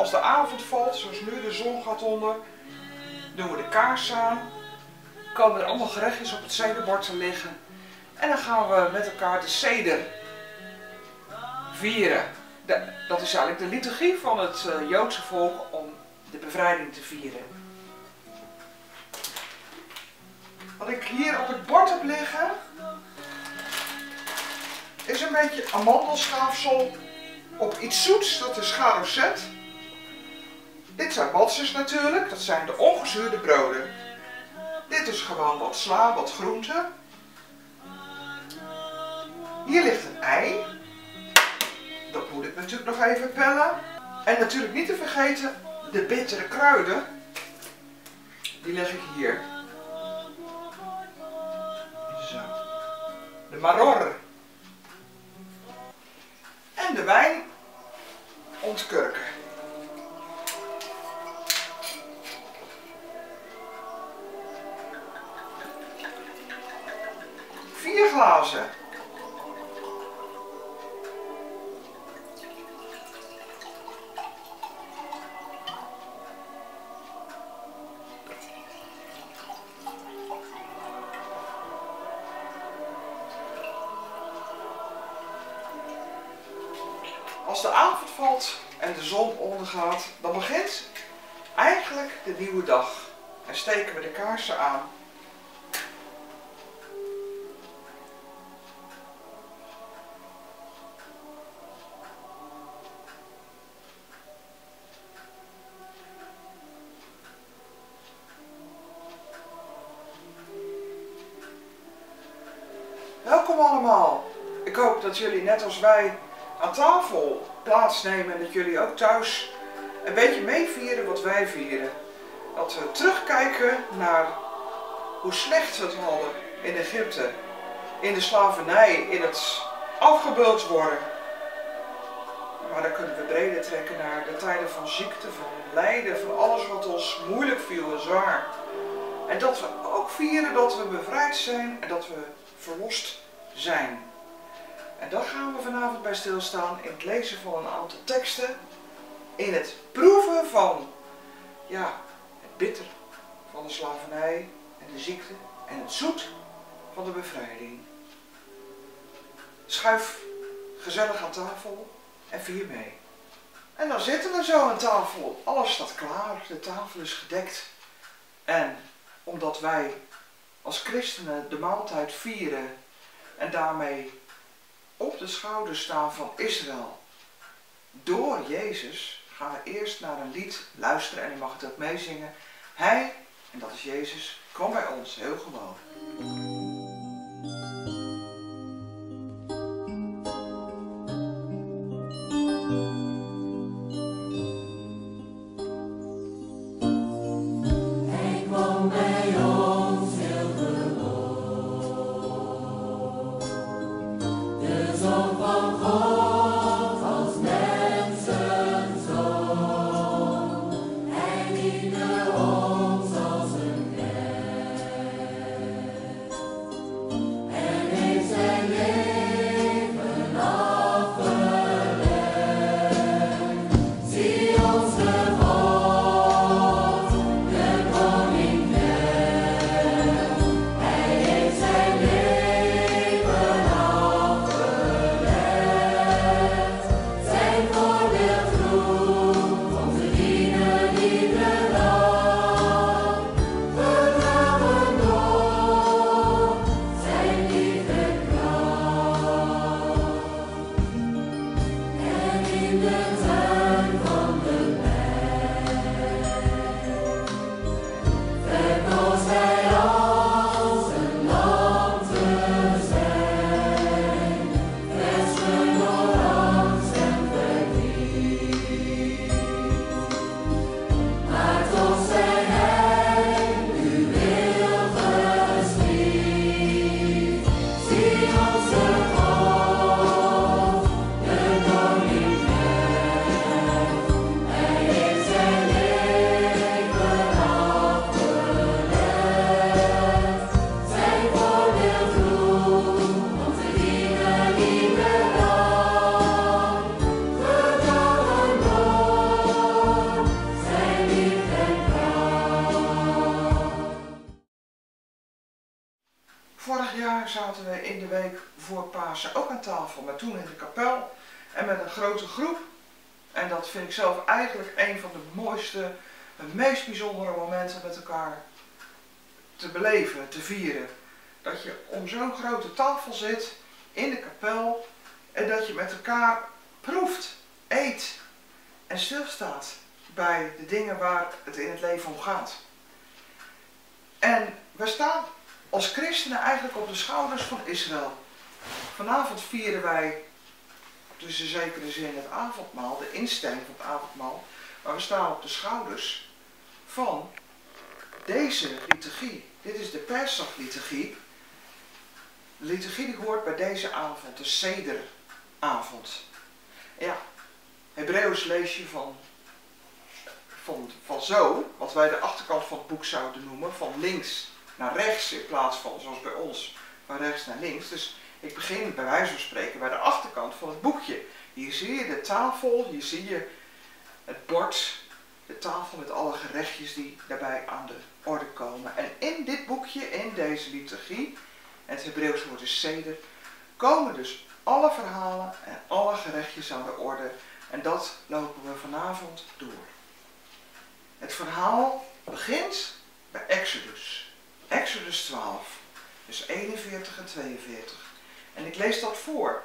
als de avond valt, zoals nu de zon gaat onder, doen we de kaars aan. Komen er allemaal gerechtjes op het sederbord te liggen. En dan gaan we met elkaar de seder vieren. Dat is eigenlijk de liturgie van het Joodse volk om de bevrijding te vieren. Wat ik hier op het bord heb liggen, is een beetje amandelschaafsel op iets zoets, dat is charozet. Dit zijn matzes natuurlijk, dat zijn de ongezuurde broden. Dit is gewoon wat sla, wat groente. Hier ligt een ei. Dat moet ik natuurlijk nog even pellen. En natuurlijk niet te vergeten de bittere kruiden. Die leg ik hier. Zo. De maror. En de wijn ontkurken. 4 glazen. Als de avond valt en de zon ondergaat, dan begint eigenlijk de nieuwe dag. En steken we de kaarsen aan. Welkom allemaal. Ik hoop dat jullie net als wij aan tafel plaatsnemen en dat jullie ook thuis een beetje meevieren wat wij vieren. Dat we terugkijken naar hoe slecht we het hadden in Egypte, in de slavernij, in het afgebeuld worden. Maar dan kunnen we breder trekken naar de tijden van ziekte, van lijden, van alles wat ons moeilijk viel en zwaar. En dat we ook vieren dat we bevrijd zijn en dat we verlost zijn. En daar gaan we vanavond bij stilstaan in het lezen van een aantal teksten, in het proeven van het bitter van de slavernij en de ziekte en het zoet van de bevrijding. Schuif gezellig aan tafel en vier mee. En dan zitten we zo aan tafel, alles staat klaar, de tafel is gedekt. En omdat wij als christenen de maaltijd vieren en daarmee op de schouders staan van Israël door Jezus, gaan we eerst naar een lied luisteren en u mag het ook meezingen. Hij, en dat is Jezus, kwam bij ons heel gewoon. jaren zaten we in de week voor Pasen ook aan tafel, maar toen in de kapel en met een grote groep. En dat vind ik zelf eigenlijk een van de mooiste, de meest bijzondere momenten met elkaar te beleven, te vieren. Dat je om zo'n grote tafel zit in de kapel en dat je met elkaar proeft, eet en stilstaat bij de dingen waar het in het leven om gaat. En we staan als christenen eigenlijk op de schouders van Israël. Vanavond vieren wij dus in zekere zin het avondmaal, de instelling van het avondmaal. Maar we staan op de schouders van deze liturgie. Dit is de Pesach-liturgie. De liturgie die hoort bij deze avond, de Sederavond. Ja, Hebreeuws lees je van zo, wat wij de achterkant van het boek zouden noemen, van links naar rechts in plaats van zoals bij ons, van rechts naar links. Dus ik begin bij wijze van spreken bij de achterkant van het boekje. Hier zie je de tafel, hier zie je het bord, de tafel met alle gerechtjes die daarbij aan de orde komen. En in dit boekje, in deze liturgie, en het Hebreeuws woord is seder, komen dus alle verhalen en alle gerechtjes aan de orde. En dat lopen we vanavond door. Het verhaal begint bij Exodus. Exodus 12, dus 41 en 42. En ik lees dat voor.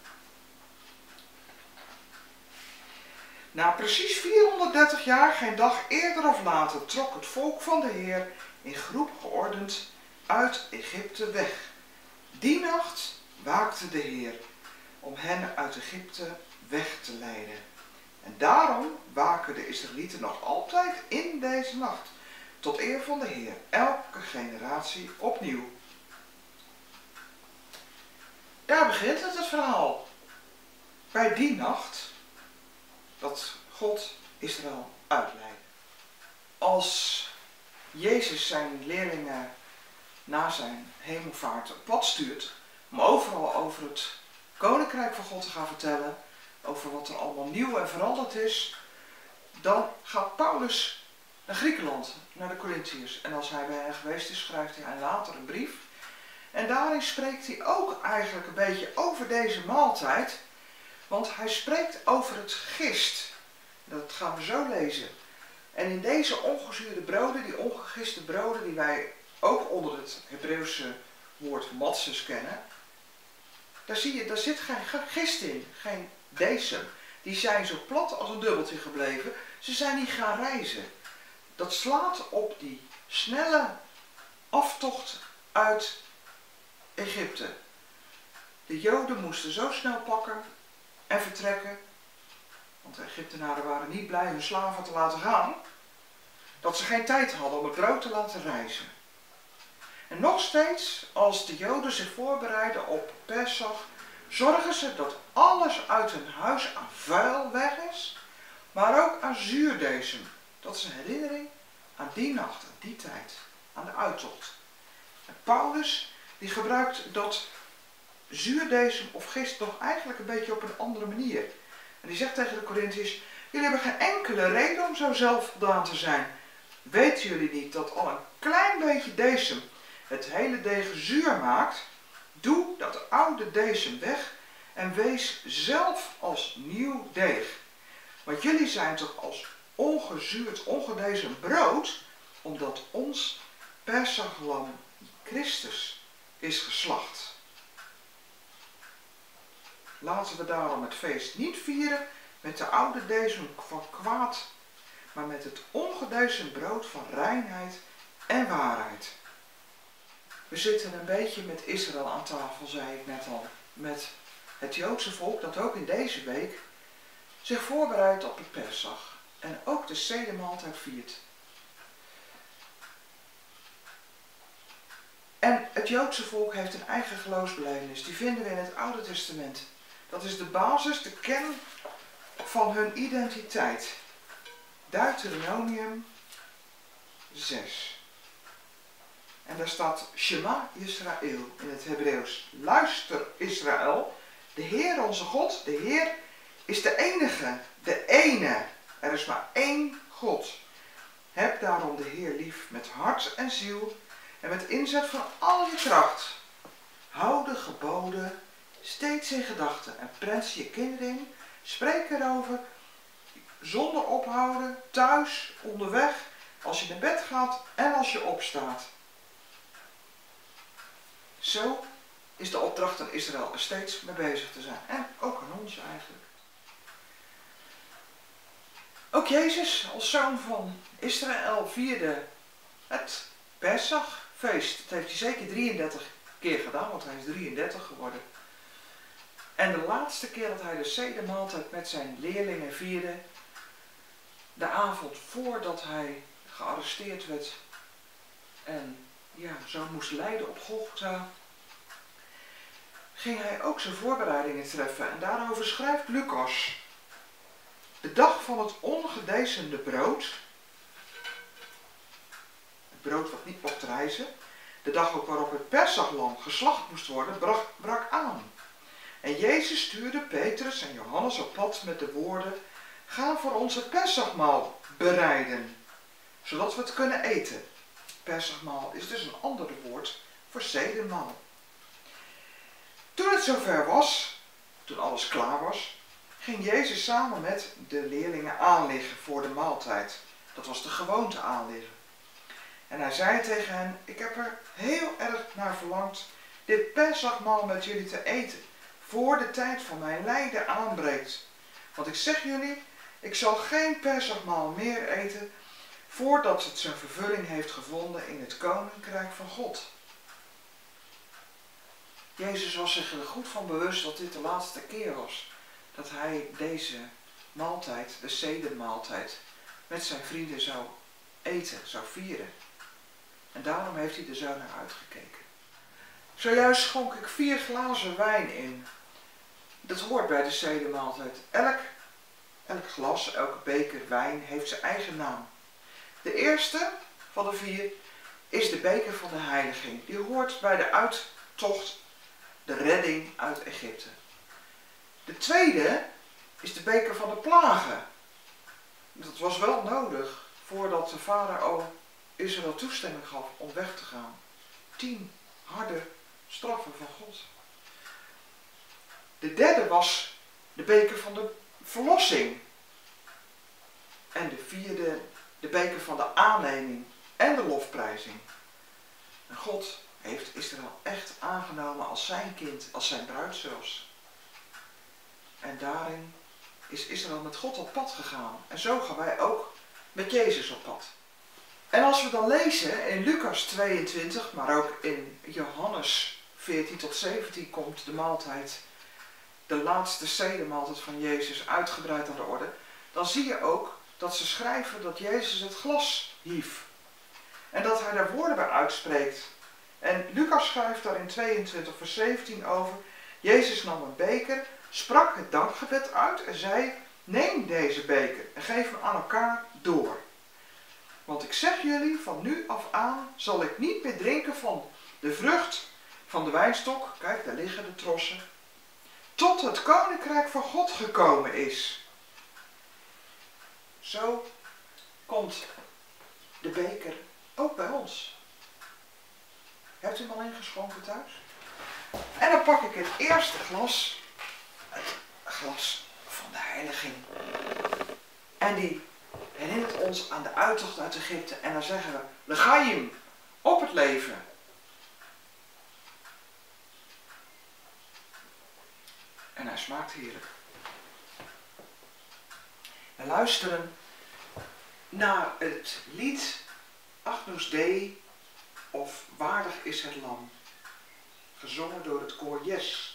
Na precies 430 jaar, geen dag eerder of later, trok het volk van de Heer in groep geordend uit Egypte weg. Die nacht waakte de Heer om hen uit Egypte weg te leiden. En daarom waken de Israëlieten nog altijd in deze nacht, tot eer van de Heer, elke generatie opnieuw. Daar begint het verhaal. Bij die nacht dat God Israël uitleidde. Als Jezus zijn leerlingen na zijn hemelvaart op pad stuurt, om overal over het koninkrijk van God te gaan vertellen, over wat er allemaal nieuw en veranderd is, dan gaat Paulus naar Griekenland, naar de Corinthiërs. En als hij bij hen geweest is, schrijft hij later een brief. En daarin spreekt hij ook eigenlijk een beetje over deze maaltijd, want hij spreekt over het gist. Dat gaan we zo lezen. En in deze ongezuurde broden, die ongegiste broden die wij ook onder het Hebreeuwse woord matzes kennen, daar zie je, daar zit geen gist in, geen decem. Die zijn zo plat als een dubbeltje gebleven. Ze zijn niet gaan reizen. Dat slaat op die snelle aftocht uit Egypte. De Joden moesten zo snel pakken en vertrekken, want de Egyptenaren waren niet blij hun slaven te laten gaan, dat ze geen tijd hadden om het brood te laten rijzen. En nog steeds, als de Joden zich voorbereiden op Pesach, zorgen ze dat alles uit hun huis aan vuil weg is, maar ook aan zuurdesem. Dat is een herinnering aan die nacht, aan die tijd, aan de uittocht. En Paulus die gebruikt dat zuurdesem of gist nog eigenlijk een beetje op een andere manier. En die zegt tegen de Corinthiërs: jullie hebben geen enkele reden om zo zelfvoldaan te zijn. Weten jullie niet dat al een klein beetje decem het hele deeg zuur maakt? Doe dat oude decem weg en wees zelf als nieuw deeg. Want jullie zijn toch als ongezuurd, ongedecem brood, omdat ons Pesachlam Christus is geslacht. Laten we daarom het feest niet vieren met de oude decem van kwaad, maar met het ongedecem brood van reinheid en waarheid. We zitten een beetje met Israël aan tafel, zei ik net al. Met het Joodse volk dat ook in deze week zich voorbereidt op het Pesach. En ook de Sedermaaltijd viert. En het Joodse volk heeft een eigen geloofsbelijdenis. Die vinden we in het Oude Testament. Dat is de basis, de kern van hun identiteit. Deuteronomium 6. En daar staat Shema Israël in het Hebreeuws. Luister Israël, de Heer onze God, de Heer is de enige, de ene. Er is maar één God. Heb daarom de Heer lief met hart en ziel en met inzet van al je kracht. Hou de geboden steeds in gedachten en prent je kinderen in. Spreek erover, zonder ophouden, thuis, onderweg, als je naar bed gaat en als je opstaat. Zo is de opdracht aan Israël er steeds mee bezig te zijn. En ook aan ons eigenlijk. Ook Jezus als zoon van Israël vierde het Pesachfeest. Dat heeft hij zeker 33 keer gedaan, want hij is 33 geworden. En de laatste keer dat hij de sedermaaltijd met zijn leerlingen vierde, de avond voordat hij gearresteerd werd en zo moest lijden op Golgotha, ging hij ook zijn voorbereidingen treffen. En daarover schrijft Lucas: de dag van het ongedezende brood, het brood wat niet mocht rijzen, de dag ook waarop het Pesachlam geslacht moest worden, brak aan. En Jezus stuurde Petrus en Johannes op pad met de woorden: ga voor ons het Pesachmaal bereiden, zodat we het kunnen eten. Pesachmaal is dus een ander woord voor sedermaal. Toen het zover was, toen alles klaar was, ging Jezus samen met de leerlingen aanliggen voor de maaltijd. Dat was de gewoonte aanliggen. En hij zei tegen hen: ik heb er heel erg naar verlangd dit Pesachmaal met jullie te eten, voor de tijd van mijn lijden aanbreekt. Want ik zeg jullie, ik zal geen Pesachmaal meer eten, voordat het zijn vervulling heeft gevonden in het Koninkrijk van God. Jezus was zich er goed van bewust dat dit de laatste keer was dat hij deze maaltijd, de sedermaaltijd, met zijn vrienden zou eten, zou vieren. En daarom heeft hij er zo naar uitgekeken. Zojuist schonk ik 4 glazen wijn in. Dat hoort bij de sedermaaltijd. Elk glas, elke beker wijn heeft zijn eigen naam. De eerste van de 4 is de beker van de heiliging. Die hoort bij de uittocht, de redding uit Egypte. De tweede is de beker van de plagen. Dat was wel nodig voordat de farao Israël toestemming gaf om weg te gaan. 10 harde straffen van God. De derde was de beker van de verlossing. En de vierde de beker van de aanneming en de lofprijzing. En God heeft Israël echt aangenomen als zijn kind, als zijn bruid zelfs. En daarin is Israël met God op pad gegaan. En zo gaan wij ook met Jezus op pad. En als we dan lezen in Lucas 22, maar ook in Johannes 14 tot 17 komt de maaltijd, de laatste sedermaaltijd van Jezus, uitgebreid aan de orde. Dan zie je ook dat ze schrijven dat Jezus het glas hief. En dat hij daar woorden bij uitspreekt. En Lucas schrijft daar in 22 vers 17 over: Jezus nam een beker, sprak het dankgebed uit en zei: neem deze beker en geef hem aan elkaar door. Want ik zeg jullie, van nu af aan zal ik niet meer drinken van de vrucht van de wijnstok, kijk daar liggen de trossen, tot het koninkrijk van God gekomen is. Zo komt de beker ook bij ons. Hebt u hem al ingeschonken thuis? En dan pak ik het eerste glas, het glas van de heiliging. En die herinnert ons aan de uittocht uit Egypte. En dan zeggen we: L'chaim, op het leven. En hij smaakt heerlijk. We luisteren naar het lied Agnus Dei, of Waardig is het Lam, gezongen door het koor Yes.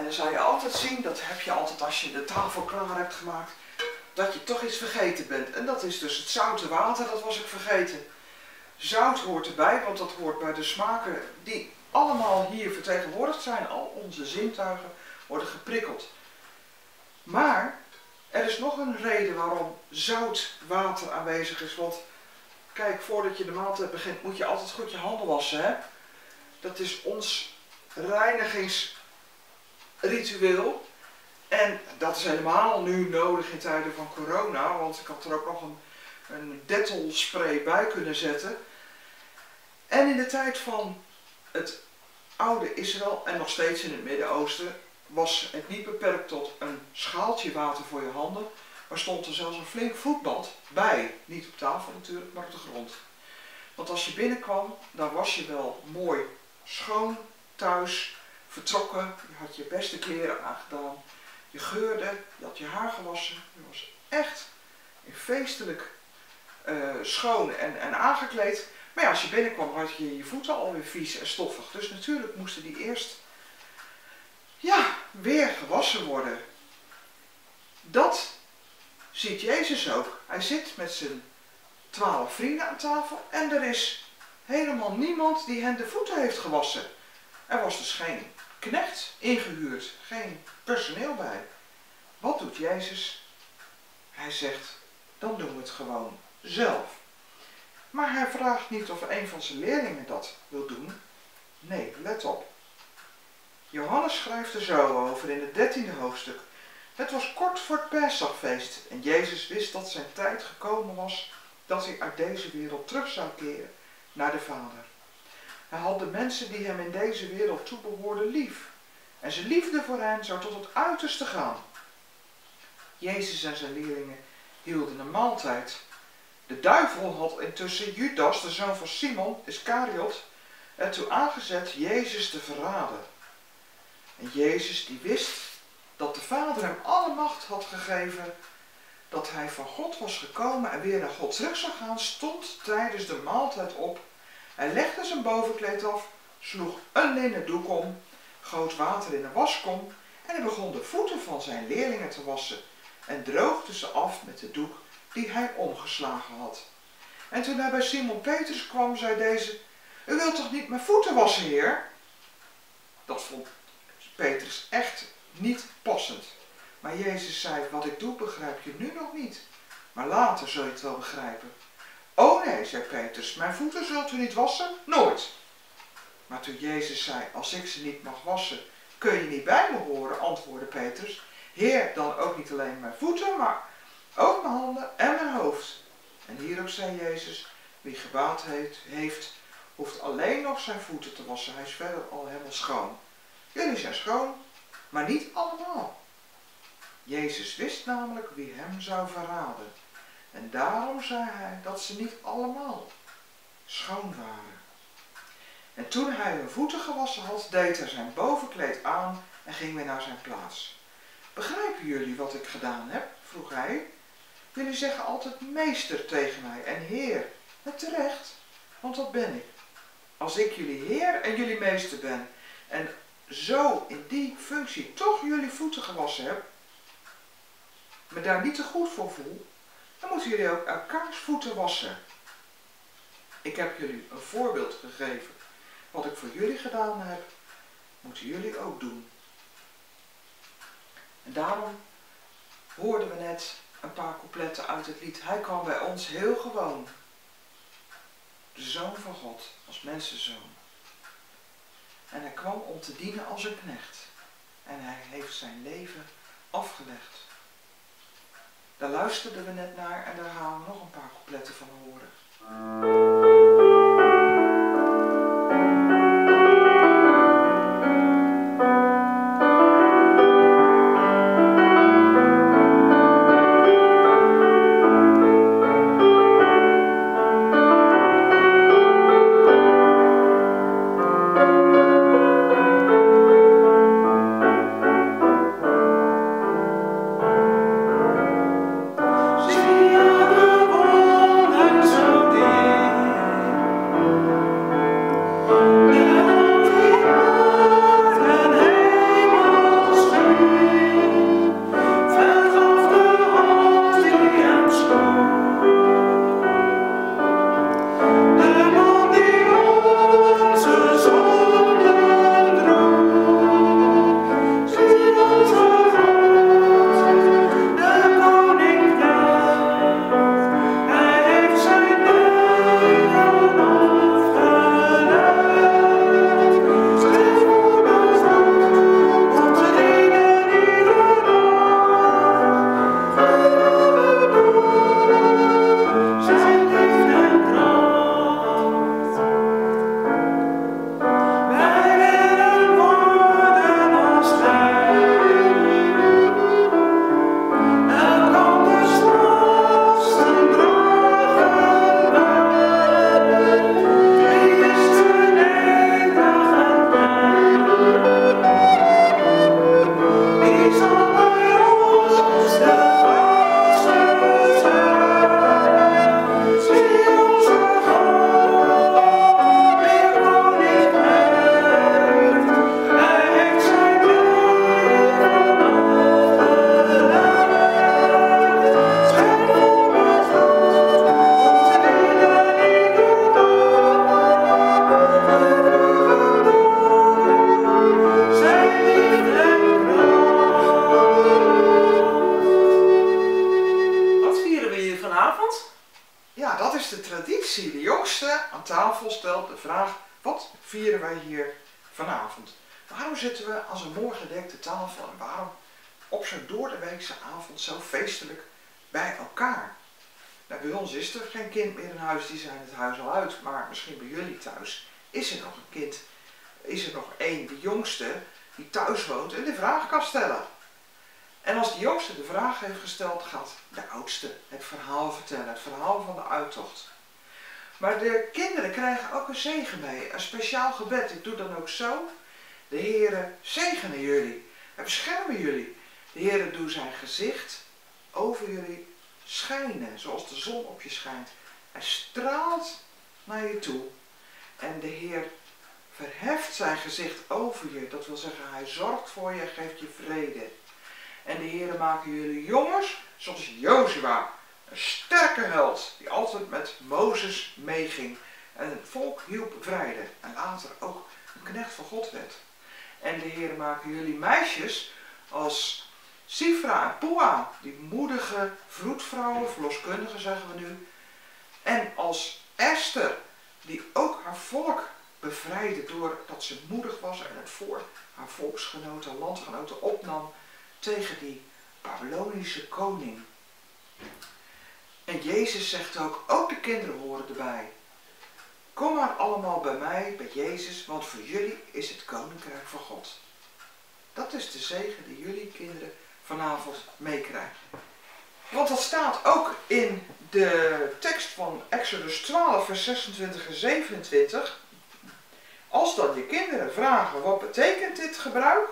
En dan zou je altijd zien, dat heb je altijd als je de tafel klaar hebt gemaakt, dat je toch iets vergeten bent. En dat is dus het zoute water, dat was ik vergeten. Zout hoort erbij, want dat hoort bij de smaken die allemaal hier vertegenwoordigd zijn. Al onze zintuigen worden geprikkeld. Maar er is nog een reden waarom zout water aanwezig is. Want kijk, voordat je de maaltijd begint moet je altijd goed je handen wassen. Hè? Dat is ons reinigingsritueel. En dat is helemaal nu nodig in tijden van corona. Want ik had er ook nog een Dettol spray bij kunnen zetten. En in de tijd van het oude Israël en nog steeds in het Midden-Oosten was het niet beperkt tot een schaaltje water voor je handen, maar stond er zelfs een flink voetbad bij. Niet op tafel natuurlijk, maar op de grond. Want als je binnenkwam, dan was je wel mooi schoon thuis, vertrokken, je had je beste kleren aangedaan, je geurde, je had je haar gewassen, je was echt feestelijk schoon en aangekleed. Maar ja, als je binnenkwam had je je voeten alweer vies en stoffig. Dus natuurlijk moesten die eerst weer gewassen worden. Dat ziet Jezus ook. Hij zit met zijn 12 vrienden aan tafel en er is helemaal niemand die hen de voeten heeft gewassen. Er was dus geen knecht ingehuurd, geen personeel bij. Wat doet Jezus? Hij zegt, dan doen we het gewoon zelf. Maar hij vraagt niet of een van zijn leerlingen dat wil doen. Nee, let op. Johannes schrijft er zo over in het 13e hoofdstuk. Het was kort voor het Pesachfeest en Jezus wist dat zijn tijd gekomen was dat hij uit deze wereld terug zou keren naar de Vader. Hij had de mensen die hem in deze wereld toebehoorden lief. En zijn liefde voor hen zou tot het uiterste gaan. Jezus en zijn leerlingen hielden een maaltijd. De duivel had intussen Judas, de zoon van Simon, Iskariot, ertoe aangezet Jezus te verraden. En Jezus die wist dat de Vader hem alle macht had gegeven, dat hij van God was gekomen en weer naar God terug zou gaan, stond tijdens de maaltijd op. Hij legde zijn bovenkleed af, sloeg een linnen doek om, goot water in een waskom en hij begon de voeten van zijn leerlingen te wassen en droogde ze af met de doek die hij omgeslagen had. En toen hij bij Simon Petrus kwam, zei deze, u wilt toch niet mijn voeten wassen, Heer? Dat vond Petrus echt niet passend. Maar Jezus zei, wat ik doe begrijp je nu nog niet, maar later zul je het wel begrijpen. Oh nee, zei Petrus, mijn voeten zult u niet wassen? Nooit. Maar toen Jezus zei, als ik ze niet mag wassen, kun je niet bij me horen, antwoordde Petrus. Heer, dan ook niet alleen mijn voeten, maar ook mijn handen en mijn hoofd. En hierop zei Jezus, wie gebaat heeft, hoeft alleen nog zijn voeten te wassen. Hij is verder al helemaal schoon. Jullie zijn schoon, maar niet allemaal. Jezus wist namelijk wie hem zou verraden. En daarom zei hij dat ze niet allemaal schoon waren. En toen hij hun voeten gewassen had, deed hij zijn bovenkleed aan en ging weer naar zijn plaats. Begrijpen jullie wat ik gedaan heb? Vroeg hij. Jullie zeggen altijd meester tegen mij en heer. En terecht, want dat ben ik. Als ik jullie heer en jullie meester ben en zo in die functie toch jullie voeten gewassen heb, me daar niet te goed voor voel, dan moeten jullie ook elkaars voeten wassen. Ik heb jullie een voorbeeld gegeven. Wat ik voor jullie gedaan heb, moeten jullie ook doen. En daarom hoorden we net een paar coupletten uit het lied. Hij kwam bij ons heel gewoon. De Zoon van God, als mensenzoon. En hij kwam om te dienen als een knecht. En hij heeft zijn leven afgelegd. Daar luisterden we net naar en daar gaan we nog een paar coupletten van horen. Zie je de wolken zo dicht? tafel stelt de vraag, wat vieren wij hier vanavond? Waarom zitten we aan zo'n mooi gedekte tafel en waarom op zo'n doordeweekse avond zo feestelijk bij elkaar? Nou, bij ons is er geen kind meer in huis, die zijn het huis al uit, maar misschien bij jullie thuis is er nog een kind, is er nog één, de jongste, die thuis woont en de vraag kan stellen. En als de jongste de vraag heeft gesteld, gaat de oudste het verhaal vertellen, het verhaal van de uittocht. Maar de kinderen krijgen ook een zegen mee, een speciaal gebed. Ik doe dan ook zo. De Heere zegene jullie en beschermen jullie. De Heere doet zijn gezicht over jullie schijnen, zoals de zon op je schijnt. Hij straalt naar je toe. En de Heer verheft zijn gezicht over je. Dat wil zeggen, hij zorgt voor je en geeft je vrede. En de Heere maken jullie jongens, zoals Jozua, een sterke held, die altijd met Mozes meeging. En het volk hielp bevrijden. En later ook een knecht van God werd. En de Heere maken jullie meisjes als Sifra en Pua, die moedige vroedvrouwen, verloskundigen zeggen we nu. En als Esther, die ook haar volk bevrijdde doordat ze moedig was en het voor haar volksgenoten, landgenoten opnam tegen die Babylonische koning. En Jezus zegt ook de kinderen horen erbij. Kom maar allemaal bij mij, bij Jezus, want voor jullie is het koninkrijk van God. Dat is de zegen die jullie kinderen vanavond meekrijgen. Want dat staat ook in de tekst van Exodus 12, vers 26 en 27. Als dan je kinderen vragen, wat betekent dit gebruik?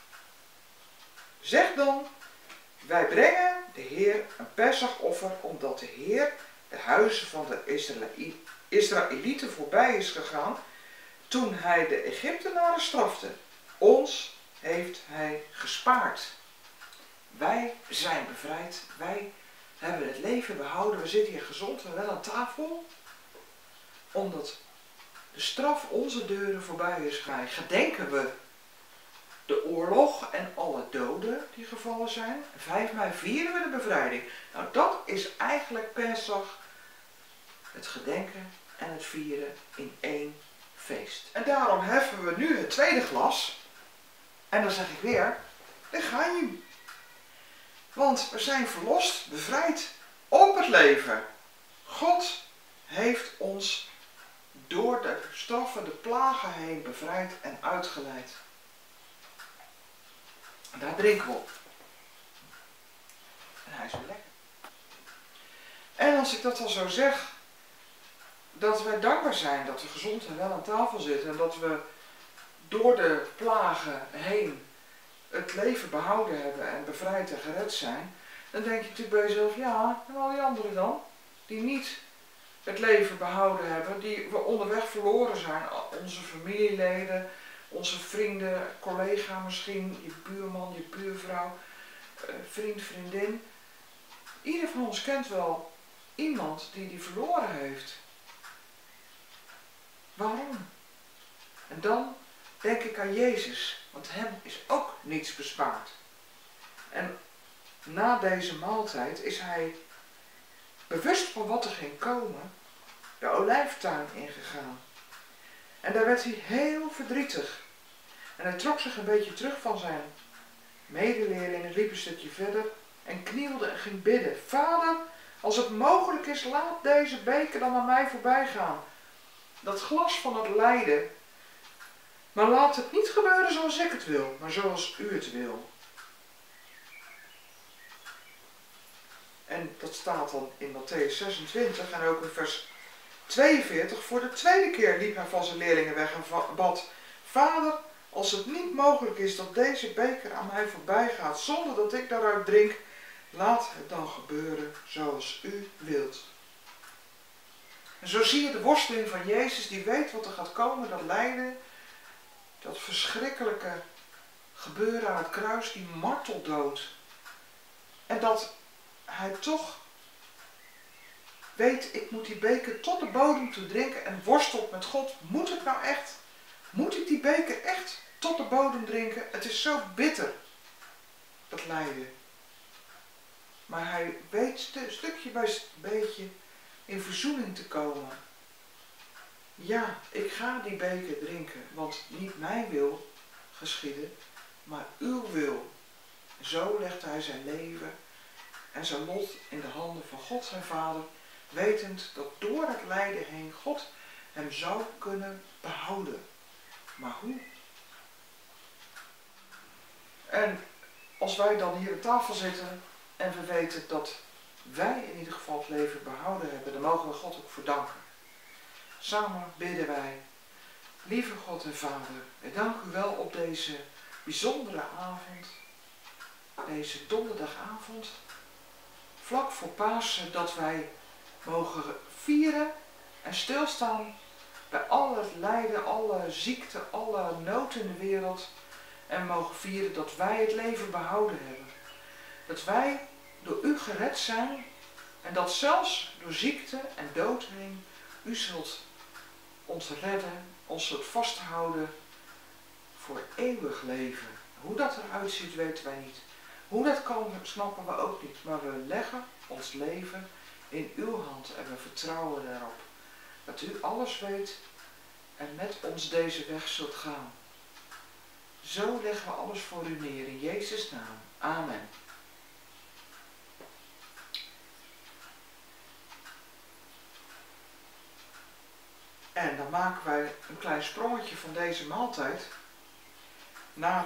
Zeg dan, wij brengen de Heer een Pesachoffer, omdat de Heer de huizen van de Israëlieten voorbij is gegaan toen hij de Egyptenaren strafte. Ons heeft hij gespaard. Wij zijn bevrijd. Wij hebben het leven behouden. We zitten hier gezond en wel aan tafel. Omdat de straf onze deuren voorbij is gegaan. Gedenken we de oorlog en alle doden die gevallen zijn. 5 mei vieren we de bevrijding. Nou, dat is eigenlijk Pesach. Het gedenken en het vieren in één feest. En daarom heffen we nu het tweede glas. En dan zeg ik weer, Lechaim. Want we zijn verlost, bevrijd op het leven. God heeft ons door de straffen, de plagen heen bevrijd en uitgeleid. En daar drinken we op. En hij is weer lekker. En als ik dat al zo zeg, dat wij dankbaar zijn dat we gezond en wel aan tafel zitten en dat we door de plagen heen het leven behouden hebben en bevrijd en gered zijn, dan denk je natuurlijk bij jezelf, ja, en al die anderen dan, die niet het leven behouden hebben, die we onderweg verloren zijn, onze familieleden, onze vrienden, collega misschien, je buurman, je buurvrouw, vriend, vriendin. Ieder van ons kent wel iemand die verloren heeft. Waarom? En dan denk ik aan Jezus, want hem is ook niets bespaard. En na deze maaltijd is hij bewust van wat er ging komen, de olijftuin ingegaan. En daar werd hij heel verdrietig. En hij trok zich een beetje terug van zijn medeleerlingen, liep een stukje verder en knielde en ging bidden. Vader, als het mogelijk is, laat deze beker dan aan mij voorbij gaan. Dat glas van het lijden. Maar laat het niet gebeuren zoals ik het wil, maar zoals u het wil. En dat staat dan in Mattheüs 26 en ook in vers 42. Voor de tweede keer liep hij van zijn leerlingen weg en bad: Vader, als het niet mogelijk is dat deze beker aan mij voorbij gaat zonder dat ik daaruit drink, laat het dan gebeuren zoals u wilt. En zo zie je de worsteling van Jezus, die weet wat er gaat komen, dat lijden, dat verschrikkelijke gebeuren aan het kruis, die marteldood. En dat hij toch weet, ik moet die beker tot de bodem toe drinken en worstelt met God. Moet het nou echt? Moet ik die beker echt tot de bodem drinken? Het is zo bitter, dat lijden. Maar hij weet stukje bij beetje in verzoening te komen ja, ik ga die beker drinken, want niet mijn wil geschieden, maar uw wil. Zo legt hij zijn leven en zijn lot in de handen van God zijn Vader, wetend dat door het lijden heen God hem zou kunnen behouden. Maar hoe? En als wij dan hier aan tafel zitten en we weten dat wij in ieder geval het leven behouden hebben, dan mogen we God ook voor danken. Samen bidden wij. Lieve God en Vader, ik dank u wel op deze bijzondere avond, deze donderdagavond, vlak voor Pasen, dat wij mogen vieren en stilstaan bij al het lijden, alle ziekte, alle nood in de wereld. En mogen vieren dat wij het leven behouden hebben. Dat wij door u gered zijn en dat zelfs door ziekte en dood heen u zult ons redden, ons zult vasthouden voor eeuwig leven. Hoe dat eruit ziet weten wij niet. Hoe dat kan snappen we ook niet. Maar we leggen ons leven in uw hand en we vertrouwen daarop. Dat u alles weet en met ons deze weg zult gaan. Zo leggen we alles voor u neer in Jezus' naam. Amen. En dan maken wij een klein sprongetje van deze maaltijd naar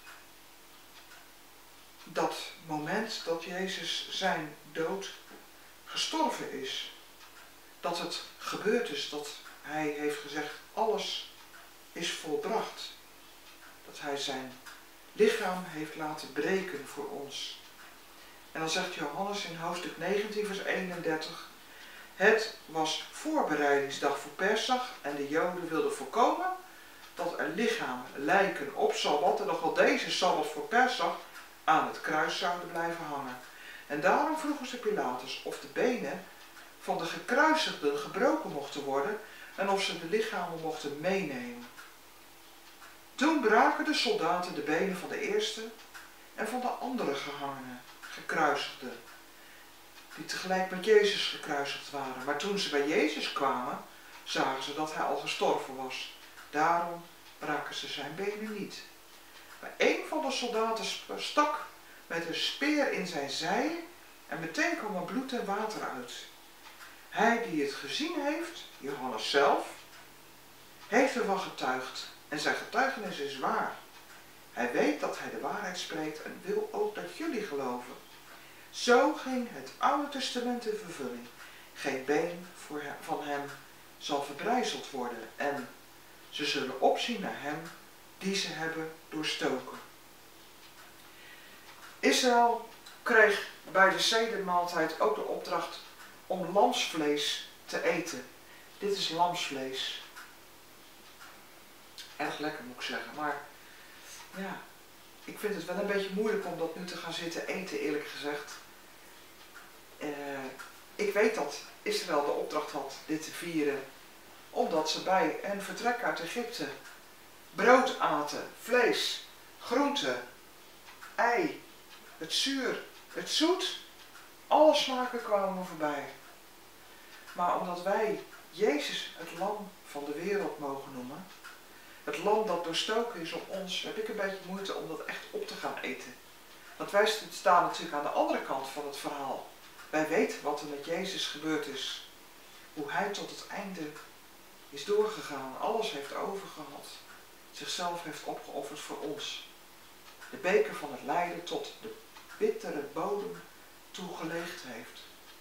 dat moment dat Jezus zijn dood gestorven is. Dat het gebeurd is, dat hij heeft gezegd, alles is volbracht. Dat hij zijn lichaam heeft laten breken voor ons. En dan zegt Johannes in hoofdstuk 19 vers 31. Het was voorbereidingsdag voor Pesach en de Joden wilden voorkomen dat er lichamen, lijken op Sabbat en nog wel deze Sabbat voor Pesach aan het kruis zouden blijven hangen. En daarom vroegen ze Pilatus of de benen van de gekruisigden gebroken mochten worden en of ze de lichamen mochten meenemen. Toen braken de soldaten de benen van de eerste en van de andere gehangenen, gekruisigden, die tegelijk met Jezus gekruisigd waren. Maar toen ze bij Jezus kwamen, zagen ze dat hij al gestorven was. Daarom braken ze zijn benen niet. Maar een van de soldaten stak met een speer in zijn zij en meteen kwam er bloed en water uit. Hij die het gezien heeft, Johannes zelf, heeft ervan getuigd en zijn getuigenis is waar. Hij weet dat hij de waarheid spreekt en wil ook dat jullie geloven. Zo ging het Oude Testament in vervulling. Geen been van hem zal verbrijzeld worden en ze zullen opzien naar hem die ze hebben doorstoken. Israël kreeg bij de sedermaaltijd ook de opdracht om lamsvlees te eten. Dit is lamsvlees. Erg lekker moet ik zeggen, maar ja, ik vind het wel een beetje moeilijk om dat nu te gaan zitten eten, eerlijk gezegd. Ik weet dat Israël de opdracht had dit te vieren, omdat ze bij een vertrek uit Egypte brood aten, vlees, groenten, ei, het zuur, het zoet, alle smaken kwamen voorbij. Maar omdat wij Jezus het lam van de wereld mogen noemen, het lam dat doorstoken is om ons, heb ik een beetje moeite om dat echt op te gaan eten. Want wij staan natuurlijk aan de andere kant van het verhaal. Wij weten wat er met Jezus gebeurd is. Hoe hij tot het einde is doorgegaan, alles heeft overgehad. Zichzelf heeft opgeofferd voor ons. De beker van het lijden tot de bittere bodem toegeleegd heeft.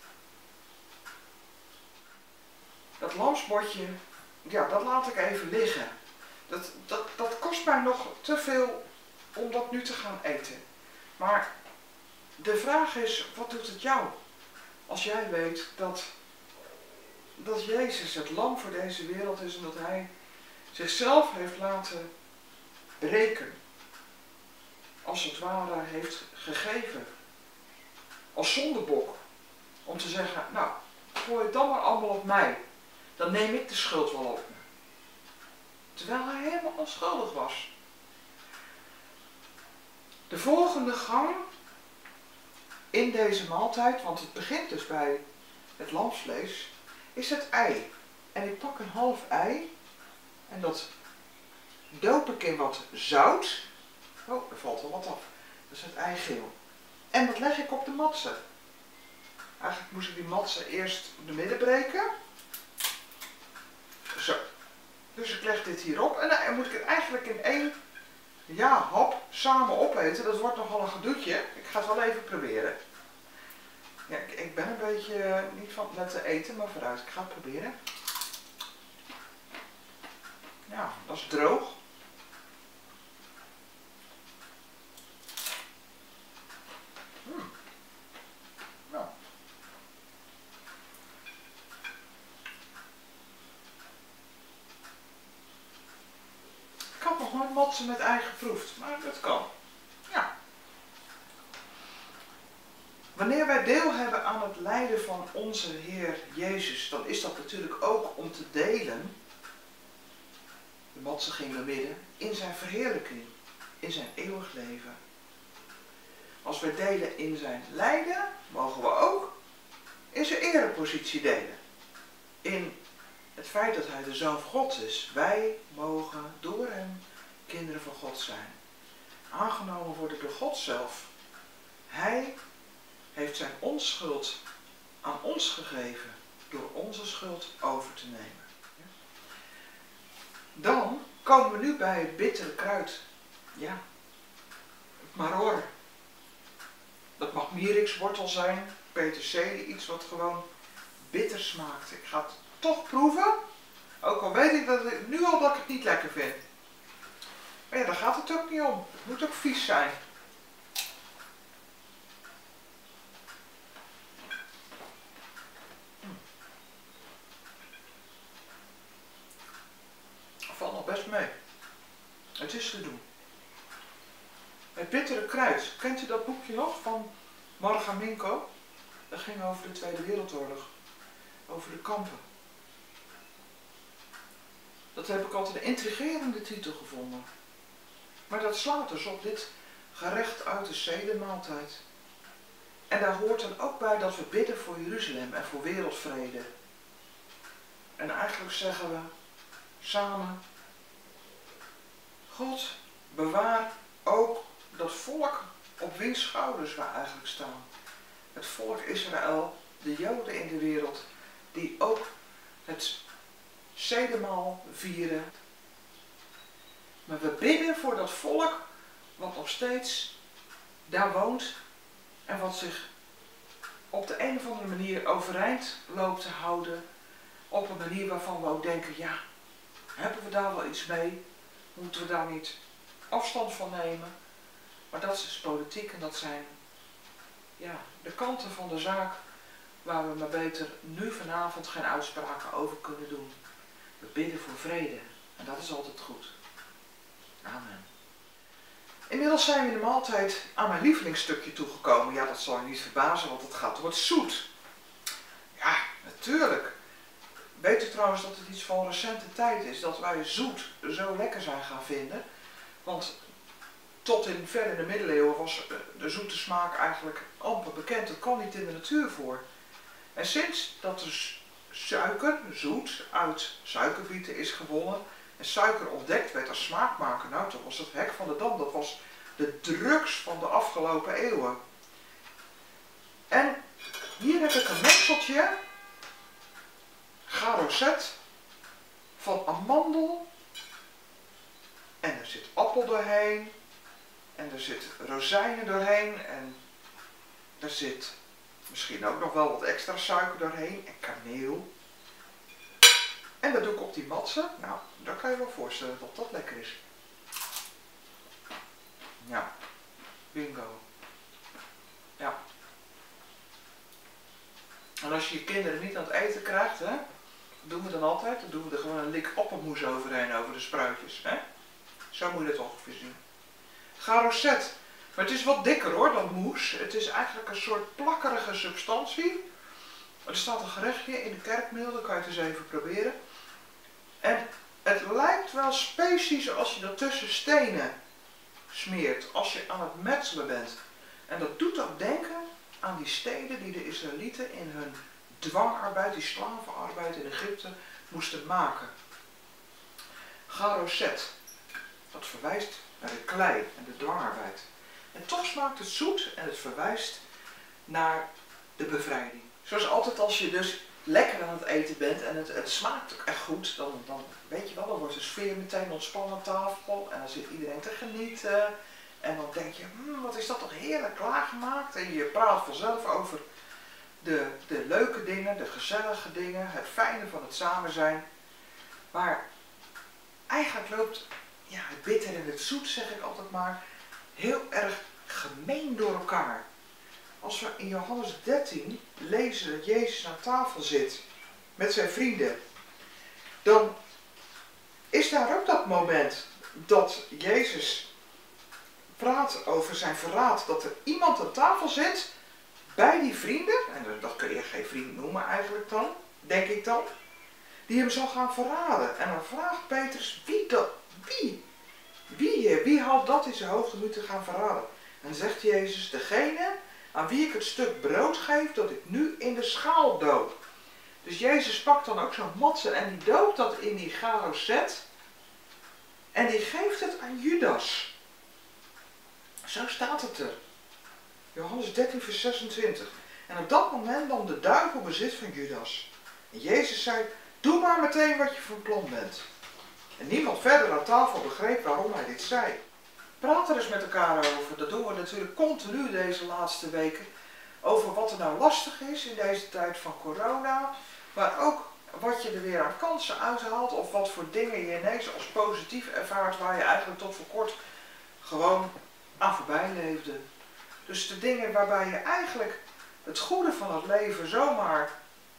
Dat lamsbordje, ja, dat laat ik even liggen. Dat kost mij nog te veel om dat nu te gaan eten. Maar de vraag is, wat doet het jou? Als jij weet dat Jezus het lam voor deze wereld is en dat hij zichzelf heeft laten breken. Als het ware heeft gegeven. Als zondebok. Om te zeggen, nou, gooi het dan maar allemaal op mij. Dan neem ik de schuld wel op me. Terwijl hij helemaal onschuldig was. De volgende gang in deze maaltijd, want het begint dus bij het lamsvlees, is het ei. En ik pak een half ei en dat doop ik in wat zout. Oh, er valt al wat af. Dat is het eigeel. En dat leg ik op de matse. Eigenlijk moest ik die matse eerst de midden breken. Zo. Dus ik leg dit hierop en dan moet ik het eigenlijk in één hap samen opeten. Dat wordt nogal een gedoetje. Ik ga het wel even proberen. Ja, ik ben een beetje niet van het te eten, maar vooruit. Ik ga het proberen. Ja, dat is droog. Nou. Ik had nog nooit matsen met ei geproefd, maar dat kan. Ja. Wanneer wij deel hebben aan het lijden van onze Heer Jezus, dan is dat natuurlijk ook om te delen. De matse ging naar midden in zijn verheerlijking, in zijn eeuwig leven. Als wij delen in zijn lijden, mogen we ook in zijn erepositie delen. In het feit dat hij de Zoon van God is. Wij mogen door hem kinderen van God zijn. Aangenomen worden door God zelf. Hij heeft zijn onschuld aan ons gegeven door onze schuld over te nemen. Dan komen we nu bij het bittere kruid. Ja, het maror. Dat mag mierikswortel zijn, peterselie, iets wat gewoon bitter smaakt. Ik ga het toch proeven, ook al weet ik dat ik nu al dat ik het niet lekker vind. Maar ja, daar gaat het ook niet om. Het moet ook vies zijn. Valt nog best mee. Het is te doen. Het bittere kruid. Kent u dat boekje nog van Margaminko? Dat ging over de Tweede Wereldoorlog. Over de kampen. Dat heb ik altijd een intrigerende titel gevonden. Maar dat slaat dus op dit gerecht uit de zedenmaaltijd. En daar hoort dan ook bij dat we bidden voor Jeruzalem en voor wereldvrede. En eigenlijk zeggen we samen: God, bewaar ook dat volk op wiens schouders we eigenlijk staan. Het volk Israël, de Joden in de wereld, die ook het zedemaal vieren. Maar we bidden voor dat volk wat nog steeds daar woont en wat zich op de een of andere manier overeind loopt te houden. Op een manier waarvan we ook denken, ja, hebben we daar wel iets mee? Moeten we daar niet afstand van nemen? Maar dat is politiek en dat zijn de kanten van de zaak waar we maar beter nu vanavond geen uitspraken over kunnen doen. We bidden voor vrede en dat is altijd goed. Amen. Inmiddels zijn we in de maaltijd aan mijn lievelingsstukje toegekomen. Ja, dat zal je niet verbazen, want het gaat om het zoet. Ja, natuurlijk. Weet u trouwens dat het iets van recente tijd is dat wij zoet zo lekker zijn gaan vinden? Want tot ver in de middeleeuwen was de zoete smaak eigenlijk amper bekend. Dat kwam niet in de natuur voor. En sinds dat de suiker, zoet, uit suikerbieten is gewonnen en suiker ontdekt werd als smaakmaker, nou, toen was het hek van de dam. Dat was de drugs van de afgelopen eeuwen. En hier heb ik een mengseltje garocet van amandel en er zit appel doorheen en er zit rozijnen doorheen en er zit misschien ook nog wel wat extra suiker doorheen en kaneel. En dat doe ik op die matse. Nou, daar kan je wel voorstellen dat dat lekker is. Ja, bingo. Ja. En als je je kinderen niet aan het eten krijgt, hè, doen we dan altijd. Dan doen we er gewoon een lik appelmoes overheen over de spruitjes. Hè? Zo moet je het ongeveer zien. Garocet. Maar het is wat dikker hoor dan moes. Het is eigenlijk een soort plakkerige substantie. Er staat een gerechtje in de kerkmeel, dat kan je het eens even proberen. En het lijkt wel species als je dat tussen stenen smeert, als je aan het metselen bent. En dat doet ook denken aan die steden die de Israëlieten in hun dwangarbeid, die slavenarbeid in Egypte, moesten maken. Charoset, dat verwijst naar de klei en de dwangarbeid. En toch smaakt het zoet en het verwijst naar de bevrijding. Zoals altijd als je dus lekker aan het eten bent en het smaakt ook echt goed, dan weet je wel, dan wordt de sfeer meteen ontspannen aan tafel en dan zit iedereen te genieten. En dan denk je, wat is dat toch heerlijk klaargemaakt. En je praat vanzelf over de leuke dingen, de gezellige dingen, het fijne van het samen zijn. Maar eigenlijk loopt het bitter en het zoet, zeg ik altijd maar, heel erg gemeen door elkaar. Als we in Johannes 13 lezen dat Jezus aan tafel zit met zijn vrienden, dan is daar ook dat moment dat Jezus praat over zijn verraad, dat er iemand aan tafel zit bij die vrienden, en dat kun je geen vriend noemen eigenlijk dan, denk ik dan, die hem zal gaan verraden. En dan vraagt Petrus, wie haalt dat in zijn hoofd om u te gaan verraden? En dan zegt Jezus, degene aan wie ik het stuk brood geef dat ik nu in de schaal doop. Dus Jezus pakt dan ook zo'n matse en die doopt dat in die charoset en die geeft het aan Judas. Zo staat het er. Johannes 13 vers 26. En op dat moment nam de duivel bezit van Judas. En Jezus zei, doe maar meteen wat je van plan bent. En niemand verder aan tafel begreep waarom hij dit zei. Praat er eens met elkaar over. Dat doen we natuurlijk continu deze laatste weken. Over wat er nou lastig is in deze tijd van corona. Maar ook wat je er weer aan kansen uithaalt. Of wat voor dingen je ineens als positief ervaart. Waar je eigenlijk tot voor kort gewoon aan voorbij leefde. Dus de dingen waarbij je eigenlijk het goede van het leven zomaar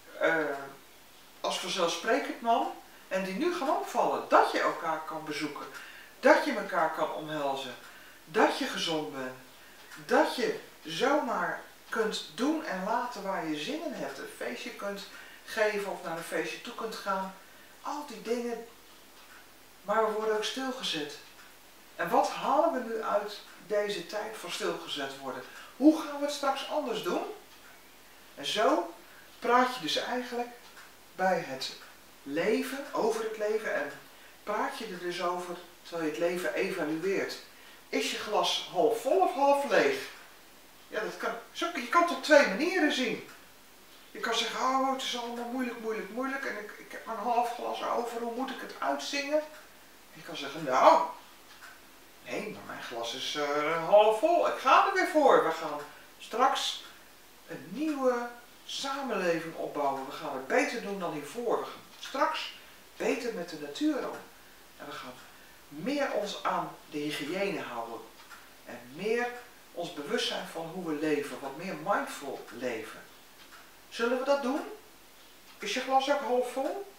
als vanzelfsprekend nam. En die nu gaan opvallen. Dat je elkaar kan bezoeken. Dat je elkaar kan omhelzen. Dat je gezond bent. Dat je zomaar kunt doen en laten waar je zin in hebt. Een feestje kunt geven of naar een feestje toe kunt gaan. Al die dingen. Maar we worden ook stilgezet. En wat halen we nu uit deze tijd van stilgezet worden? Hoe gaan we het straks anders doen? En zo praat je dus eigenlijk bij het leven, over het leven en praat je er dus over terwijl je het leven evalueert. Is je glas half vol of half leeg? Ja, dat kan, je kan het op twee manieren zien. Je kan zeggen, oh het is allemaal moeilijk en ik heb maar een half glas over, hoe moet ik het uitzingen? Je kan zeggen, nou, nee, maar mijn glas is half vol, ik ga er weer voor. We gaan straks een nieuwe samenleving opbouwen. We gaan het beter doen dan hiervoor. We gaan straks beter met de natuur om. En we gaan meer ons aan de hygiëne houden. En meer ons bewust zijn van hoe we leven. Wat meer mindful leven. Zullen we dat doen? Is je glas ook half vol?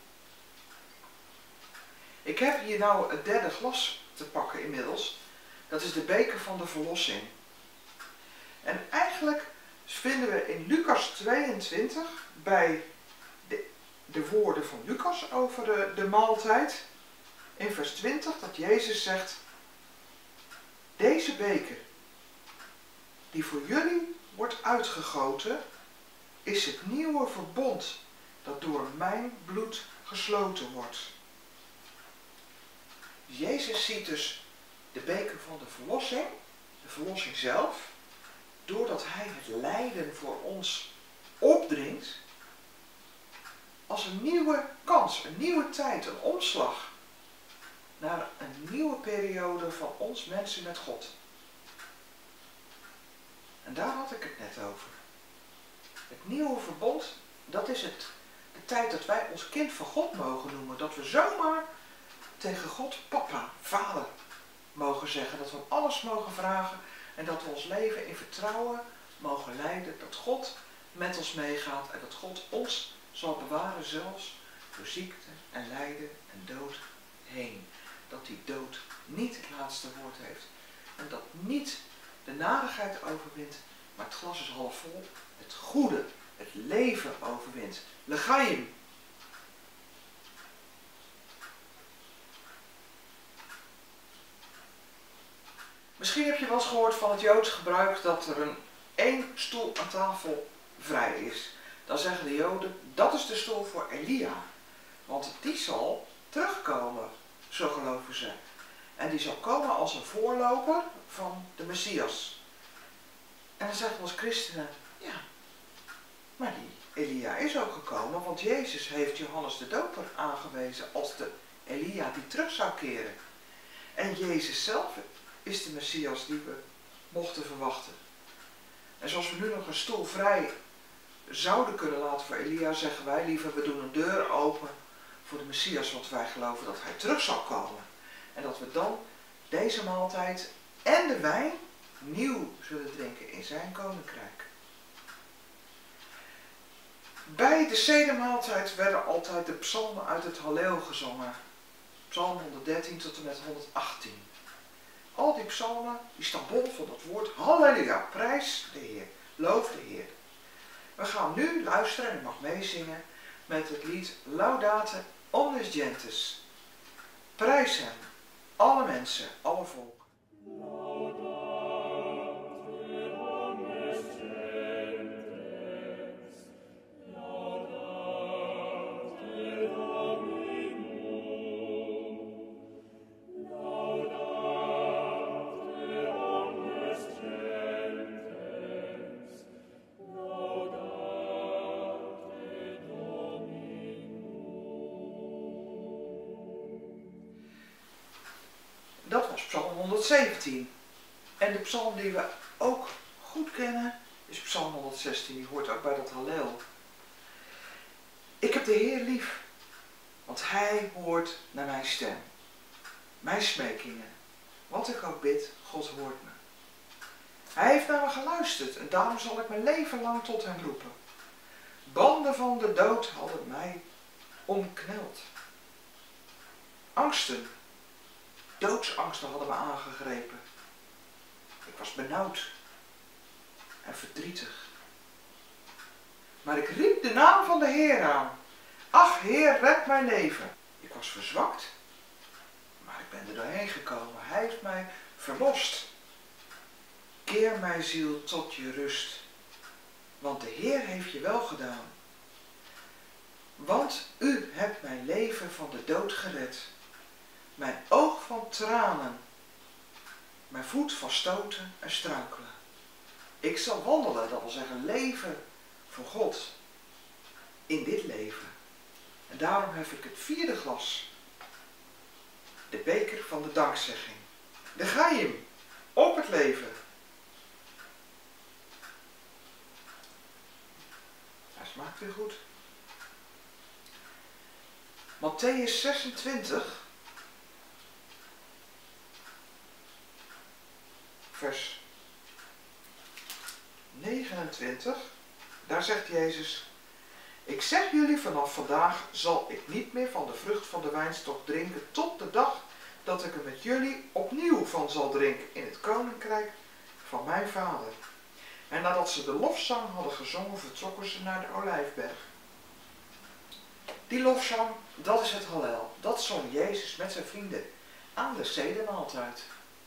Ik heb hier nou het derde glas te pakken inmiddels. Dat is de beker van de verlossing. En eigenlijk vinden we in Lucas 22 bij de woorden van Lucas over de maaltijd. In vers 20 dat Jezus zegt, deze beker die voor jullie wordt uitgegoten is het nieuwe verbond dat door mijn bloed gesloten wordt. Jezus ziet dus de beker van de verlossing zelf, doordat hij het lijden voor ons opdringt, als een nieuwe kans, een nieuwe tijd, een omslag naar een nieuwe periode van ons mensen met God. En daar had ik het net over. Het nieuwe verbond, dat is de tijd dat wij ons kind van God mogen noemen. Dat we zomaar tegen God papa, vader mogen zeggen. Dat we alles mogen vragen en dat we ons leven in vertrouwen mogen leiden. Dat God met ons meegaat en dat God ons zal bewaren zelfs door ziekte en lijden en dood heen. Dat die dood niet het laatste woord heeft. En dat niet de narigheid overwint, maar het glas is half vol. Het goede, het leven overwint. Lechaim. Misschien heb je wel eens gehoord van het Joods gebruik dat er één stoel aan tafel vrij is. Dan zeggen de Joden, dat is de stoel voor Elia. Want die zal terugkomen, zo geloven ze. En die zal komen als een voorloper van de Messias. En dan zeggen we als christenen, ja, maar die Elia is ook gekomen, want Jezus heeft Johannes de Doper aangewezen als de Elia die terug zou keren. En Jezus zelf is de Messias die we mochten verwachten. En zoals we nu nog een stoel vrij zouden kunnen laten voor Elia, zeggen wij liever, we doen een deur open voor de Messias, want wij geloven dat hij terug zal komen. En dat we dan deze maaltijd en de wijn nieuw zullen drinken in zijn koninkrijk. Bij de zedemaaltijd werden altijd de psalmen uit het Halleel gezongen. Psalm 113 tot en met 118. Al die psalmen die staan bol van dat woord Halleluja, prijs de Heer, loof de Heer. We gaan nu luisteren, en u mag meezingen, met het lied Laudate omnes gentes. Prijs hem, alle mensen, alle volken. Dat was Psalm 117. En de psalm die we ook goed kennen is Psalm 116. Die hoort ook bij dat Halleel. Ik heb de Heer lief, want hij hoort naar mijn stem. Mijn smekingen. Wat ik ook bid, God hoort me. Hij heeft naar me geluisterd en daarom zal ik mijn leven lang tot hem roepen. Banden van de dood hadden mij omkneld. Angsten. Doodsangsten hadden me aangegrepen. Ik was benauwd en verdrietig. Maar ik riep de naam van de Heer aan. Ach Heer, red mijn leven. Ik was verzwakt, maar ik ben er doorheen gekomen. Hij heeft mij verlost. Keer mijn ziel tot je rust, want de Heer heeft je wel gedaan. Want u hebt mijn leven van de dood gered. Mijn oog van tranen, mijn voet van stoten en struikelen. Ik zal wandelen, dat wil zeggen leven voor God, in dit leven. En daarom heb ik het vierde glas, de beker van de dankzegging. De geheim op het leven. Hij smaakt weer goed. Mattheüs 26. Vers 29, daar zegt Jezus, ik zeg jullie, vanaf vandaag zal ik niet meer van de vrucht van de wijnstok drinken tot de dag dat ik er met jullie opnieuw van zal drinken in het koninkrijk van mijn vader. En nadat ze de lofzang hadden gezongen, vertrokken ze naar de Olijfberg. Die lofzang, dat is het Halleel. Dat zong Jezus met zijn vrienden aan de zedemaaltijd.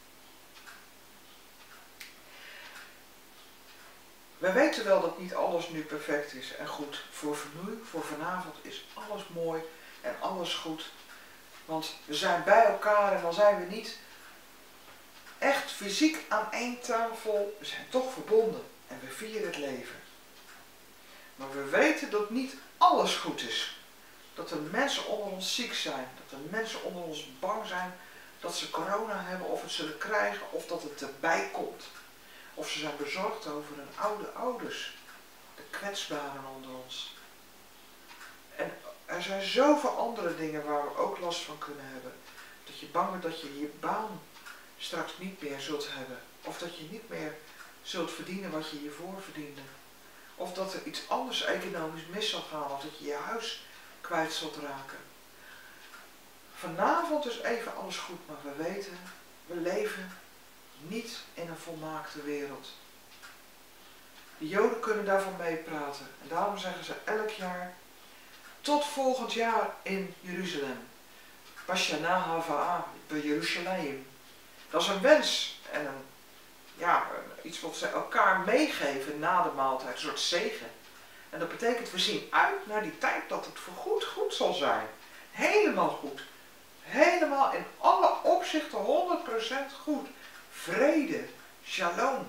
We weten wel dat niet alles nu perfect is en goed. Voor vanavond is alles mooi en alles goed. Want we zijn bij elkaar en dan zijn we niet echt fysiek aan één tafel. We zijn toch verbonden en we vieren het leven. Maar we weten dat niet alles goed is. Dat er mensen onder ons ziek zijn. Dat er mensen onder ons bang zijn dat ze corona hebben of het zullen krijgen of dat het erbij komt. Of ze zijn bezorgd over hun oude ouders, de kwetsbaren onder ons. En er zijn zoveel andere dingen waar we ook last van kunnen hebben. Dat je bang bent dat je je baan straks niet meer zult hebben. Of dat je niet meer zult verdienen wat je hiervoor verdiende. Of dat er iets anders economisch mis zal gaan. Of dat je je huis kwijt zult raken. Vanavond is even alles goed, maar we weten, we leven niet in een volmaakte wereld. De Joden kunnen daarvan meepraten. En daarom zeggen ze elk jaar, tot volgend jaar in Jeruzalem. Bashana Hava bij Jeruzalem. Dat is een wens en iets wat ze elkaar meegeven na de maaltijd, een soort zegen. En dat betekent, we zien uit naar die tijd dat het voorgoed goed zal zijn. helemaal goed. Helemaal in alle opzichten 100% goed. Vrede, shalom.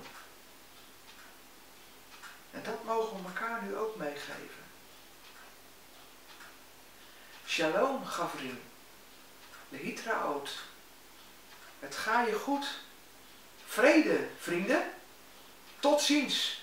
En dat mogen we elkaar nu ook meegeven. Shalom, Gavrin. De Hitraot. Het gaat je goed. Vrede, vrienden. Tot ziens.